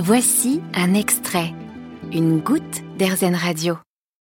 Voici un extrait, une goutte d'Airzen Radio.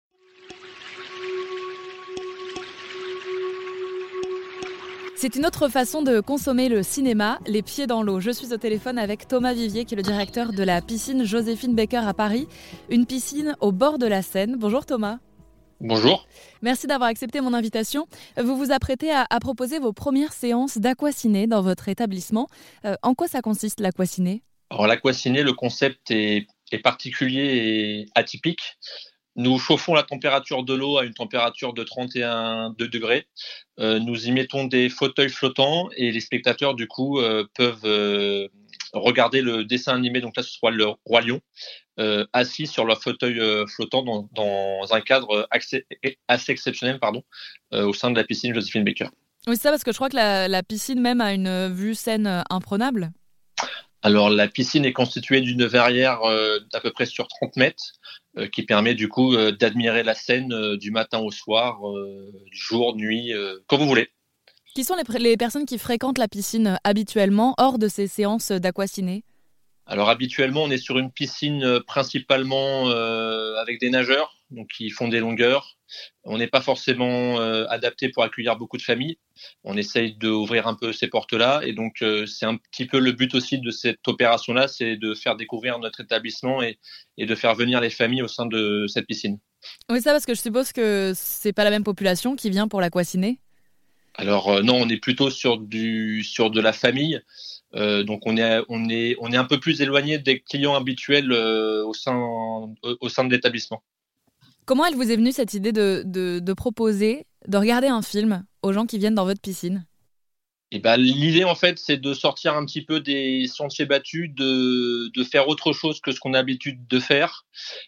C'est une autre façon de consommer le cinéma, les pieds dans l'eau. Je suis au téléphone avec Thomas Vivier, qui est le directeur de la piscine Joséphine Baker à Paris, une piscine au bord de la Seine. Bonjour Thomas. Bonjour. Merci d'avoir accepté mon invitation. Vous vous apprêtez à proposer vos premières séances d'aquaciné dans votre établissement. En quoi ça consiste l'aquaciné ? Alors l'aquaciné, le concept est particulier et atypique. Nous chauffons la température de l'eau à une température de 31 degrés. Nous y mettons des fauteuils flottants et les spectateurs du coup peuvent regarder le dessin animé. Donc là, ce sera le Roi Lion, assis sur leur fauteuil flottant dans un cadre assez exceptionnel, au sein de la piscine Joséphine Baker. Oui, c'est ça, parce que je crois que la piscine même a une vue scène imprenable. Alors la piscine est constituée d'une verrière d'à peu près sur 30 mètres qui permet du coup d'admirer la Seine du matin au soir, jour, nuit, quand vous voulez. Qui sont les personnes qui fréquentent la piscine habituellement hors de ces séances d'aquaciné ? Alors habituellement, on est sur une piscine principalement avec des nageurs, donc qui font des longueurs. On n'est pas forcément adapté pour accueillir beaucoup de familles. On essaye d'ouvrir un peu ces portes-là, et donc c'est un petit peu le but aussi de cette opération-là, c'est de faire découvrir notre établissement et de faire venir les familles au sein de cette piscine. Oui, ça, parce que je suppose que c'est pas la même population qui vient pour l'aquaciné. Alors non, on est plutôt sur de la famille. Donc on est un peu plus éloigné des clients habituels au sein de l'établissement. Comment elle vous est venue cette idée de proposer de regarder un film aux gens qui viennent dans votre piscine ? Et l'idée en fait, c'est de sortir un petit peu des sentiers battus, de faire autre chose que ce qu'on a l'habitude de faire,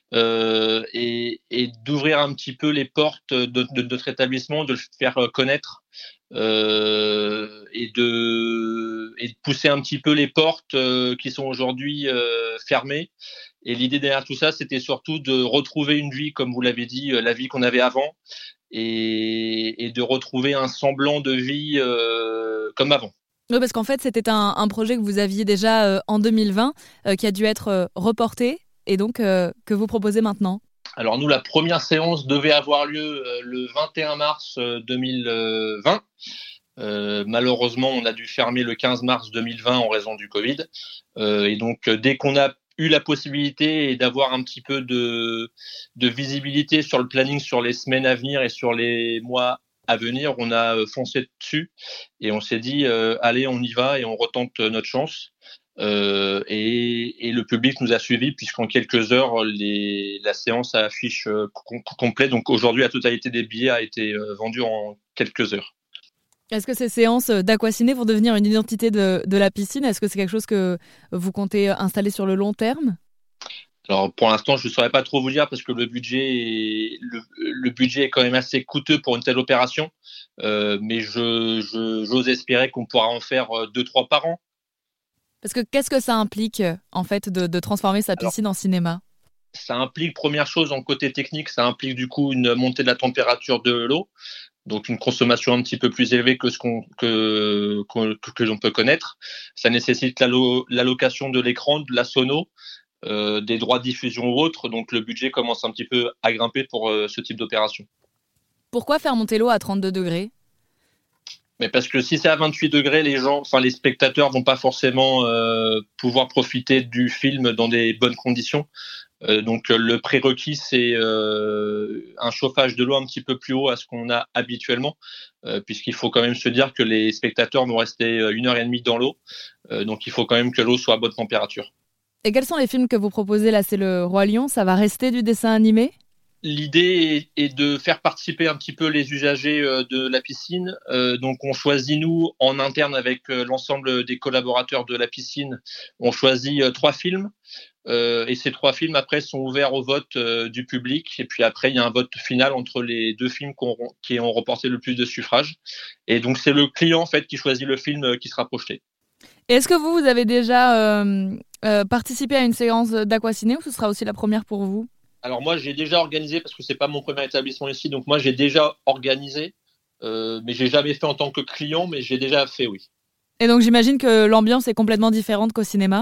et d'ouvrir un petit peu les portes de notre établissement, de le faire connaître, et de pousser un petit peu les portes qui sont aujourd'hui fermées. Et l'idée derrière tout ça, c'était surtout de retrouver une vie, comme vous l'avez dit, la vie qu'on avait avant, et de retrouver un semblant de vie comme avant. Oui, parce qu'en fait, c'était un projet que vous aviez déjà en 2020, qui a dû être reporté, et donc que vous proposez maintenant. Alors nous, la première séance devait avoir lieu le 21 mars 2020. Malheureusement, on a dû fermer le 15 mars 2020 en raison du Covid. Et donc, dès qu'on a eu la possibilité d'avoir un petit peu de visibilité sur le planning, sur les semaines à venir et sur les mois à venir, on a foncé dessus et on s'est dit allez, on y va et on retente notre chance. Et le public nous a suivis, puisqu'en quelques heures la séance à affiche complète. Donc aujourd'hui, la totalité des billets a été vendue en quelques heures. Est-ce que ces séances d'aquaciné vont devenir une identité de la piscine ? Est-ce que c'est quelque chose que vous comptez installer sur le long terme ? Alors pour l'instant, je ne saurais pas trop vous dire, parce que le budget est quand même assez coûteux pour une telle opération. Mais j'ose espérer qu'on pourra en faire 2-3 par an. Parce que qu'est-ce que ça implique en fait de transformer sa piscine en cinéma ? Ça implique, première chose, en côté technique, ça implique du coup une montée de la température de l'eau, donc une consommation un petit peu plus élevée que que l'on peut connaître. Ça nécessite l'allocation de l'écran, de la sono, des droits de diffusion ou autres, donc le budget commence un petit peu à grimper pour ce type d'opération. Pourquoi faire monter l'eau à 32 degrés ? Mais parce que si c'est à 28 degrés, les spectateurs vont pas forcément pouvoir profiter du film dans des bonnes conditions. Donc le prérequis, c'est un chauffage de l'eau un petit peu plus haut à ce qu'on a habituellement, puisqu'il faut quand même se dire que les spectateurs vont rester 1h30 dans l'eau. Donc il faut quand même que l'eau soit à bonne température. Et quels sont les films que vous proposez là ? C'est le Roi Lion, ça va rester du dessin animé ? L'idée est de faire participer un petit peu les usagers de la piscine. Donc on choisit, nous, en interne avec l'ensemble des collaborateurs de la piscine, on choisit 3 films. Et ces 3 films, après, sont ouverts au vote du public. Et puis après, il y a un vote final entre les 2 films qui ont remporté le plus de suffrages. Et donc c'est le client en fait qui choisit le film qui sera projeté. Et est-ce que vous avez déjà participé à une séance d'aquaciné, ou ce sera aussi la première pour vous ? Alors moi, j'ai déjà organisé, parce que c'est pas mon premier établissement ici, donc moi j'ai déjà organisé, mais j'ai jamais fait en tant que client, mais j'ai déjà fait, oui. Et donc j'imagine que l'ambiance est complètement différente qu'au cinéma ?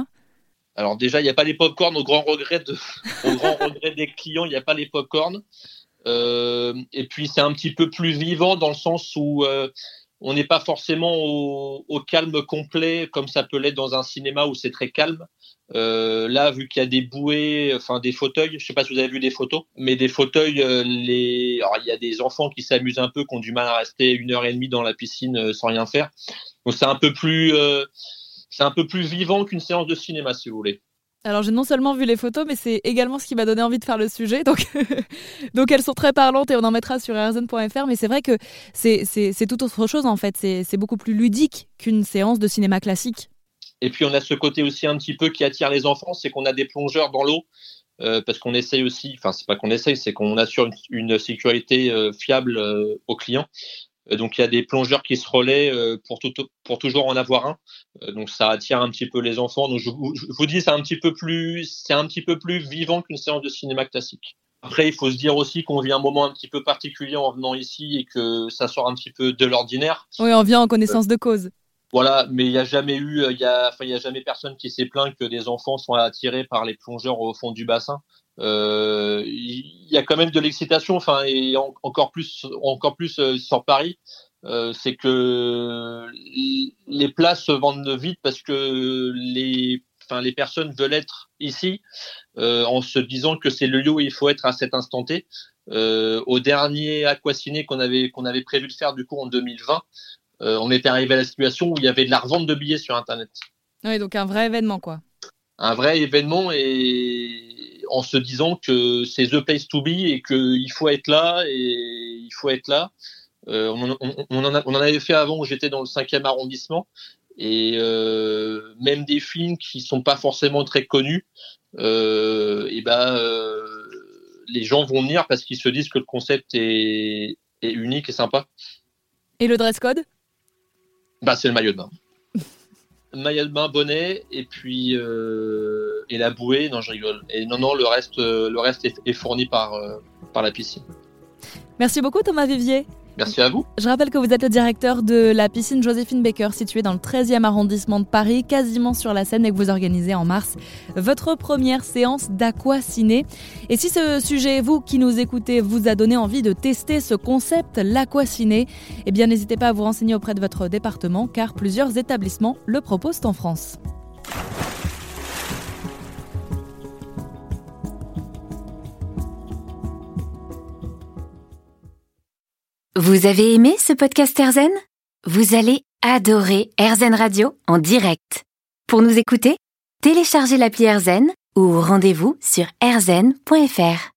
Alors déjà, il n'y a pas les pop-corn au grand regret des clients, il n'y a pas les pop-corn. Et puis c'est un petit peu plus vivant dans le sens où on n'est pas forcément au calme complet comme ça peut l'être dans un cinéma où c'est très calme. Là, vu qu'il y a des bouées, enfin des fauteuils, je sais pas si vous avez vu des photos, mais des fauteuils, alors il y a des enfants qui s'amusent un peu, qui ont du mal à rester 1h30 dans la piscine sans rien faire. Donc c'est un peu plus vivant qu'une séance de cinéma, si vous voulez. Alors j'ai non seulement vu les photos, mais c'est également ce qui m'a donné envie de faire le sujet. Donc, donc elles sont très parlantes et on en mettra sur rzn.fr. Mais c'est vrai que c'est tout autre chose en fait. C'est beaucoup plus ludique qu'une séance de cinéma classique. Et puis on a ce côté aussi un petit peu qui attire les enfants, c'est qu'on a des plongeurs dans l'eau. Parce qu'on essaye aussi, enfin c'est pas qu'on essaye, c'est qu'on assure une sécurité fiable aux clients. Donc il y a des plongeurs qui se relaient pour toujours en avoir un. Donc ça attire un petit peu les enfants. Donc je vous dis, c'est un petit peu plus vivant qu'une séance de cinéma classique. Après, il faut se dire aussi qu'on vit un moment un petit peu particulier en venant ici et que ça sort un petit peu de l'ordinaire. Oui, on vient en connaissance de cause. Voilà, mais il y a jamais personne qui s'est plaint que des enfants soient attirés par les plongeurs au fond du bassin. Il y a quand même de l'excitation, enfin, et encore plus sur Paris, c'est que les places se vendent vite parce que les personnes veulent être ici en se disant que c'est le lieu où il faut être à cet instant T. Au dernier Aquaciné qu'on avait prévu de faire du coup en 2020, on était arrivé à la situation où il y avait de la revente de billets sur Internet. Oui, donc un vrai événement, quoi. Un vrai événement, et en se disant que c'est the place to be et qu'il faut être là on en avait fait avant où j'étais dans le 5e arrondissement, et même des films qui sont pas forcément très connus, les gens vont venir parce qu'ils se disent que le concept est unique et sympa. Et le dress code ? C'est le maillot de bain. Maillot de bain, bonnet, et puis et la bouée. Non, je rigole. Et non, le reste est fourni par la piscine. Merci beaucoup Thomas Vivier. Merci à vous. Je rappelle que vous êtes le directeur de la piscine Joséphine Baker, située dans le 13e arrondissement de Paris, quasiment sur la Seine, et que vous organisez en mars votre première séance d'aquaciné. Et si ce sujet, vous qui nous écoutez, vous a donné envie de tester ce concept, l'aquaciné, eh bien n'hésitez pas à vous renseigner auprès de votre département, car plusieurs établissements le proposent en France. Vous avez aimé ce podcast RZN ? Vous allez adorer RZN Radio en direct. Pour nous écouter, téléchargez l'appli RZN ou rendez-vous sur rzn.fr.